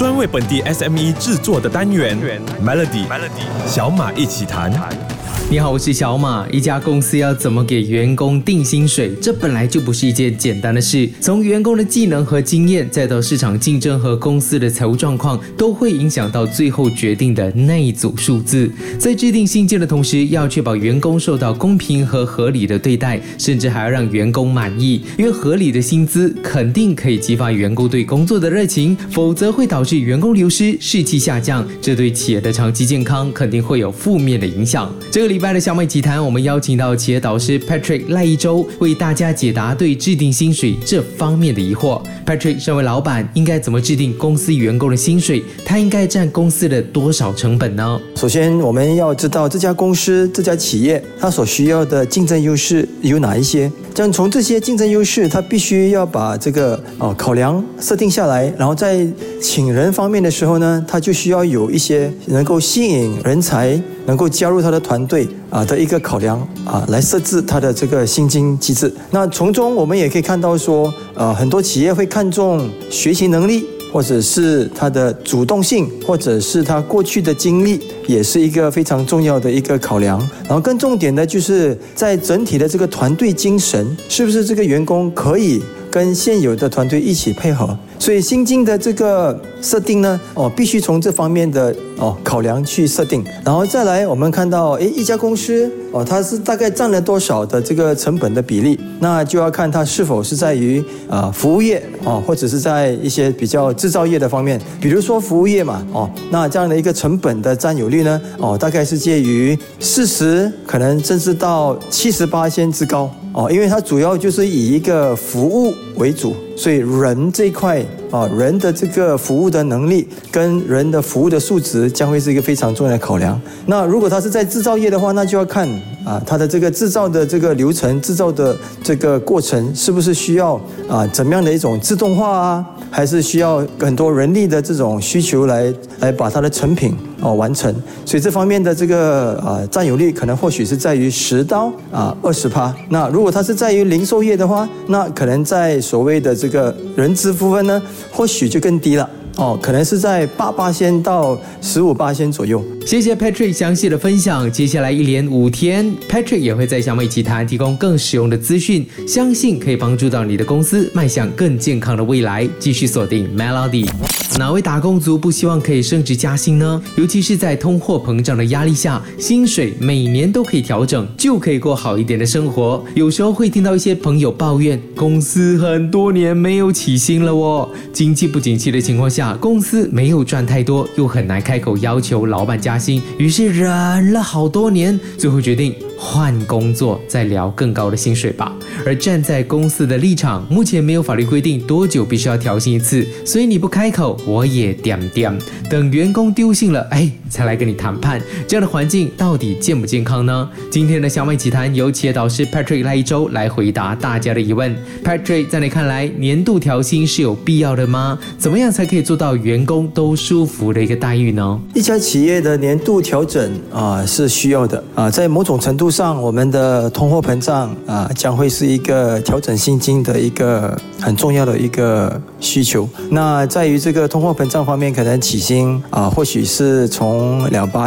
专为本地 SME 制作的单元 Melody 小马一起谈。 你好，我是小马。一家公司要怎么给员工定薪水，这本来就不是一件简单的事。从员工的技能和经验，再到市场竞争和公司的财务状况，都会影响到最后决定的那一组数字。在制定薪金的同时，要确保员工受到公平和合理的对待，甚至还要让员工满意。因为合理的薪资肯定可以激发员工对工作的热情，否则会导致员工流失、士气下降，这对企业的长期健康肯定会有负面的影响。这个礼拜的小美集谈，我们邀请到企业导师 Patrick 赖一周，为大家解答对制定薪水这方面的疑惑。Patrick 身为老板，应该怎么制定公司员工的薪水？他应该占公司的多少成本呢？ 首先，我们要知道这家公司、这家企业它所需要的竞争优势有哪一些。这样从这些竞争优势，它必须要把这个考量设定下来，然后在请人方面的时候呢，它就需要有一些能够吸引人才、能够加入他的团队的一个考量来设置它的这个薪金机制。那从中我们也可以看到说，很多企业会看重学习能力，或者是他的主动性，或者是他过去的经历，也是一个非常重要的一个考量。然后更重点的就是在整体的这个团队精神，是不是这个员工可以跟现有的团队一起配合。所以薪金的这个设定呢，必须从这方面的考量去设定。然后再来我们看到一家公司它是大概占了多少的这个成本的比例，那就要看它是否是在于服务业或者是在一些比较制造业的方面。比如说服务业嘛那这样的一个成本的占有率呢大概是介于40%可能甚至到70%之高因为它主要就是以一个服务为主，所以人这一块人的这个服务的能力跟人的服务的素质将会是一个非常重要的考量。那如果它是在制造业的话，那就要看它的这个制造的这个流程、制造的这个过程是不是需要怎么样的一种自动化还是需要很多人力的这种需求来把它的成品完成。所以这方面的这个占有率可能或许是在于10%到20%。那如果它是在于零售业的话，那可能在所谓的这个人资部分呢，或许就更低了可能是在8%到15%左右。 谢谢 Patrick 详细的分享。接下来一连5天 Patrick 也会在小美集谈提供更实用的资讯，相信可以帮助到你的公司迈向更健康的未来。继续锁定 Melody。哪位打工族不希望可以升职加薪呢？尤其是在通货膨胀的压力下，薪水每年都可以调整，就可以过好一点的生活。有时候会听到一些朋友抱怨，公司很多年没有起薪了经济不景气的情况下，公司没有赚太多，又很难开口要求老板加薪，于是忍了好多年，最后决定换工作，再聊更高的薪水吧。而站在公司的立场，目前没有法律规定多久必须要调薪一次，所以你不开口，我也点，等员工丢信了，才来跟你谈判。这样的环境到底健不健康呢？今天的小美集谈由企业导师 Patrick 赖一周来回答大家的疑问。Patrick， 在你看来，年度调薪是有必要的吗？怎么样才可以做到员工都舒服的一个待遇呢？ 一家企业的年度调整是需要的在某种程度上，我们的通货膨胀将会是一个调整薪金的一个很重要的一个需求。那在于这个通货膨胀方面，可能起薪或许是从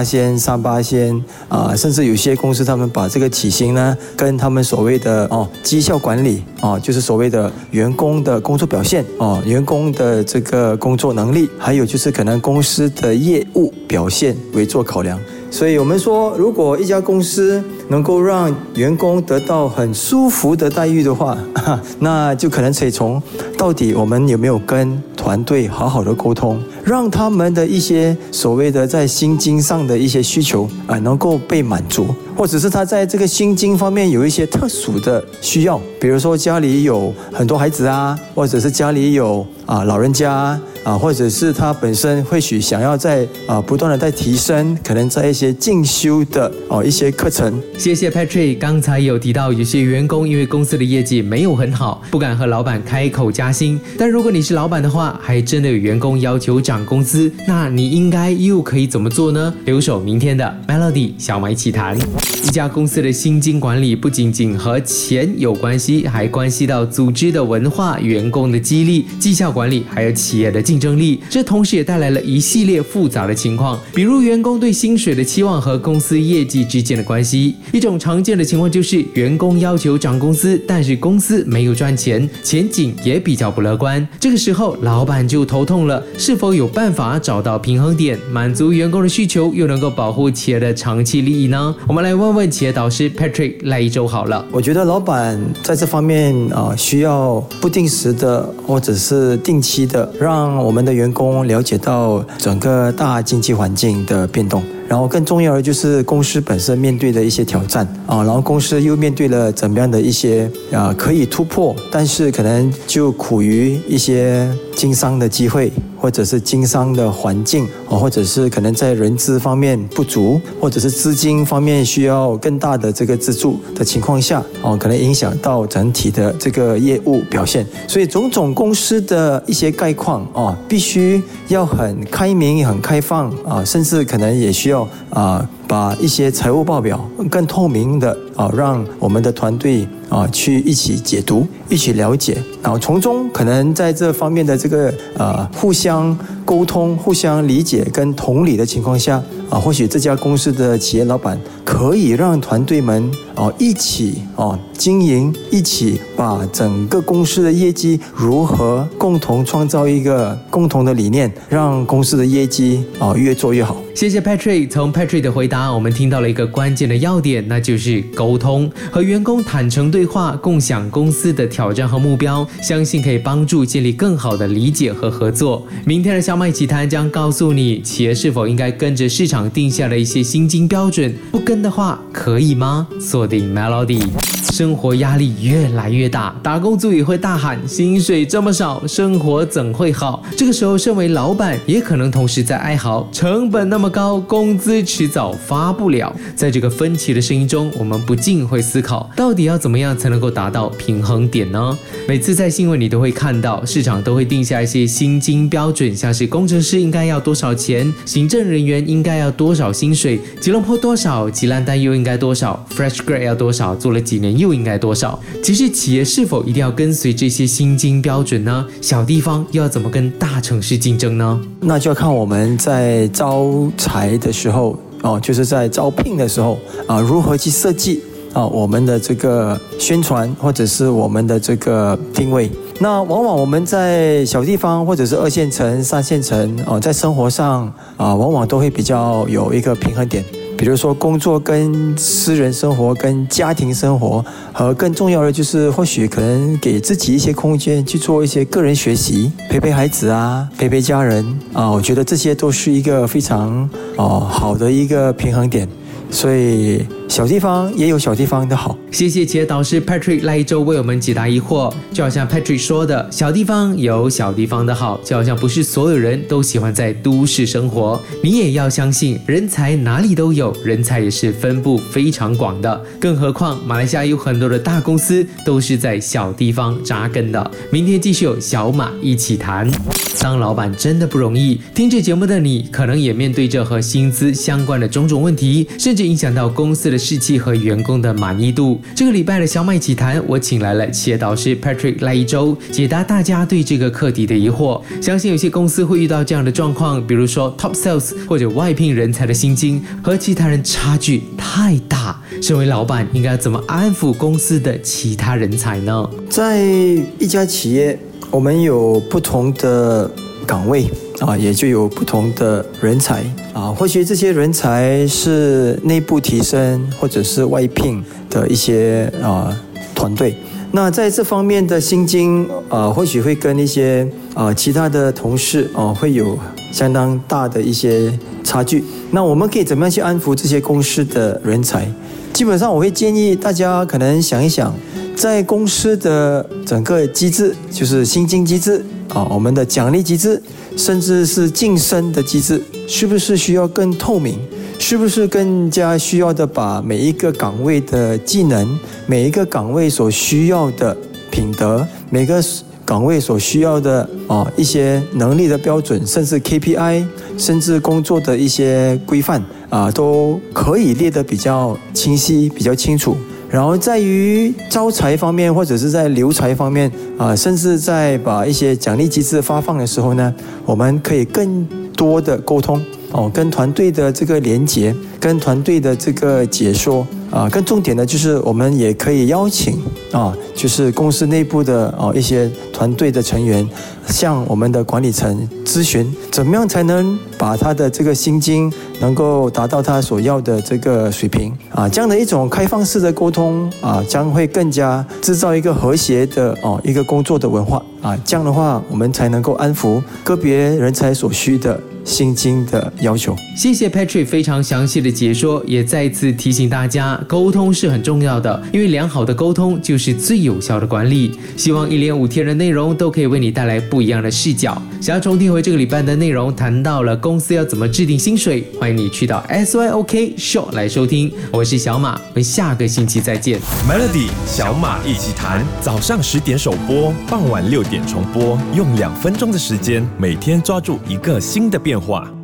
2%、3%甚至有些公司他们把这个起薪呢跟他们所谓的绩效管理就是所谓的员工的工作表现员工的这个工作能力，还有就是可能公司的业务表现为做考量。所以我们说，如果一家公司能够让员工得到很舒服的待遇的话，那就可能可以从到底我们有没有跟团队好好的沟通，让他们的一些所谓的在薪金上的一些需求能够被满足，或者是他在这个薪金方面有一些特殊的需要，比如说家里有很多孩子或者是家里有老人家或者是他本身或许想要在不断的在提升，可能在一些进修的一些课程。 谢谢 Patrick。 刚才有提到有些员工因为公司的业绩没有很好，不敢和老板开口加薪，但如果你是老板的话，还真的有员工要求涨工资，那你应该又可以怎么做呢？留守明天的 Melody 小马一起谈。一家公司的薪金管理不仅仅和钱有关系，还关系到组织的文化、员工的激励、绩效管理，还有企业的竞竞争力。这同时也带来了一系列复杂的情况，比如员工对薪水的期望和公司业绩之间的关系。一种常见的情况就是员工要求涨工资，但是公司没有赚钱，前景也比较不乐观。这个时候老板就头痛了，是否有办法找到平衡点，满足员工的需求，又能够保护企业的长期利益呢？我们来问问企业导师 Patrick 赖一周好了。 我觉得老板在这方面需要不定时的或者是定期的让我们的员工了解到整个大经济环境的变动，然后更重要的就是公司本身面对的一些挑战然后公司又面对了怎么样的一些可以突破，但是可能就苦于一些经商的机会，或者是经商的环境或者是可能在人资方面不足，或者是资金方面需要更大的这个资助的情况下可能影响到整体的这个业务表现。所以种种公司的一些概况必须要很开明、很开放甚至可能也需要把一些财务报表更透明的让我们的团队去一起解读、一起了解，然后从中可能在这方面的这个互相沟通、互相理解跟同理的情况下或许这家公司的企业老板可以让团队们一起经营，一起把整个公司的业绩如何共同创造一个共同的理念，让公司的业绩越做越好。 谢谢 Patrick。 从 Patrick 的回答我们听到了一个关键的要点，那就是沟通，和员工坦诚对话，共享公司的挑战和目标，相信可以帮助建立更好的理解和合作。明天的小麦奇谈将告诉你企业是否应该跟着市场定下的一些薪金标准，不跟的话可以吗？锁定 Melody。生活压力越来越大，打工族也会大喊薪水这么少，生活怎会好？这个时候身为老板也可能同时在哀嚎成本那么高，工资迟早发不了。在这个分歧的声音中，我们不禁会思考，到底要怎么样才能够达到平衡点呢？每次在新闻里都会看到市场都会定下一些薪金标准，像是工程师应该要多少钱，行政人员应该要多少薪水，吉隆坡多少，吉兰丹又应该多少， fresh grad 要多少，做了几年又应该多少。其实企业是否一定要跟随这些薪金标准呢？小地方又要怎么跟大城市竞争呢？ 那就要看我们在招才的时候就是在招聘的时候如何去设计我们的这个宣传，或者是我们的这个定位。那往往我们在小地方或者是2线城、3线城在生活上往往都会比较有一个平衡点。比如说工作跟私人生活跟家庭生活，和更重要的就是或许可能给自己一些空间去做一些个人学习，陪陪孩子陪陪家人我觉得这些都是一个非常好的一个平衡点。所以小地方也有小地方的好。 谢谢企业导师 Patrick 来一周为我们解答疑惑。就好像 Patrick 说的，小地方有小地方的好，就好像不是所有人都喜欢在都市生活。你也要相信，人才哪里都有，人才也是分布非常广的。更何况马来西亚有很多的大公司都是在小地方扎根的。明天继续有小马一起谈。当老板真的不容易，听这节目的你可能也面对着和薪资相关的种种问题，甚至影响到公司的士气和员工的满意度。这个礼拜的小麦奇谈，我请来了企业导师 Patrick 来一周，解答大家对这个课题的疑惑。相信有些公司会遇到这样的状况，比如说 Top Sales 或者外聘人才的薪金和其他人差距太大，身为老板应该怎么安抚公司的其他人才呢？ 在一家企业，我们有不同的岗位也就有不同的人才或许这些人才是内部提升或者是外聘的一些团队。那在这方面的薪金或许会跟一些其他的同事会有相当大的一些差距。那我们可以怎么样去安抚这些公司的人才？基本上我会建议大家可能想一想，在公司的整个机制，就是薪金机制我们的奖励机制，甚至是晋升的机制，是不是需要更透明？是不是更加需要的把每一个岗位的技能，每一个岗位所需要的品德，每个岗位所需要的一些能力的标准，甚至 KPI， 甚至工作的一些规范都可以列得比较清晰、比较清楚， 然后在于招财方面，或者是在留财方面甚至在把一些奖励机制发放的时候呢，我们可以更多的沟通跟团队的这个连结，跟团队的这个解说更重点的就是我们也可以邀请就是公司内部的一些团队的成员向我们的管理层咨询，怎么样才能把他的这个薪金能够达到他所要的这个水平这样的一种开放式的沟通将会更加制造一个和谐的一个工作的文化这样的话我们才能够安抚个别人才所需的薪金的要求。 谢谢 Patrick 非常详细的解说，也再次提醒大家，沟通是很重要的，因为良好的沟通就是最有效的管理。希望1连5天的内容都可以为你带来不一样的视角。想要重听回这个礼拜的内容，谈到了公司要怎么制定薪水，欢迎你去到 SYOK Show 来收听。我是小马，我们下个星期再见。 Melody 小马一起谈，早上10点首播，傍晚6点重播，用2分钟的时间，每天抓住一个新的变化。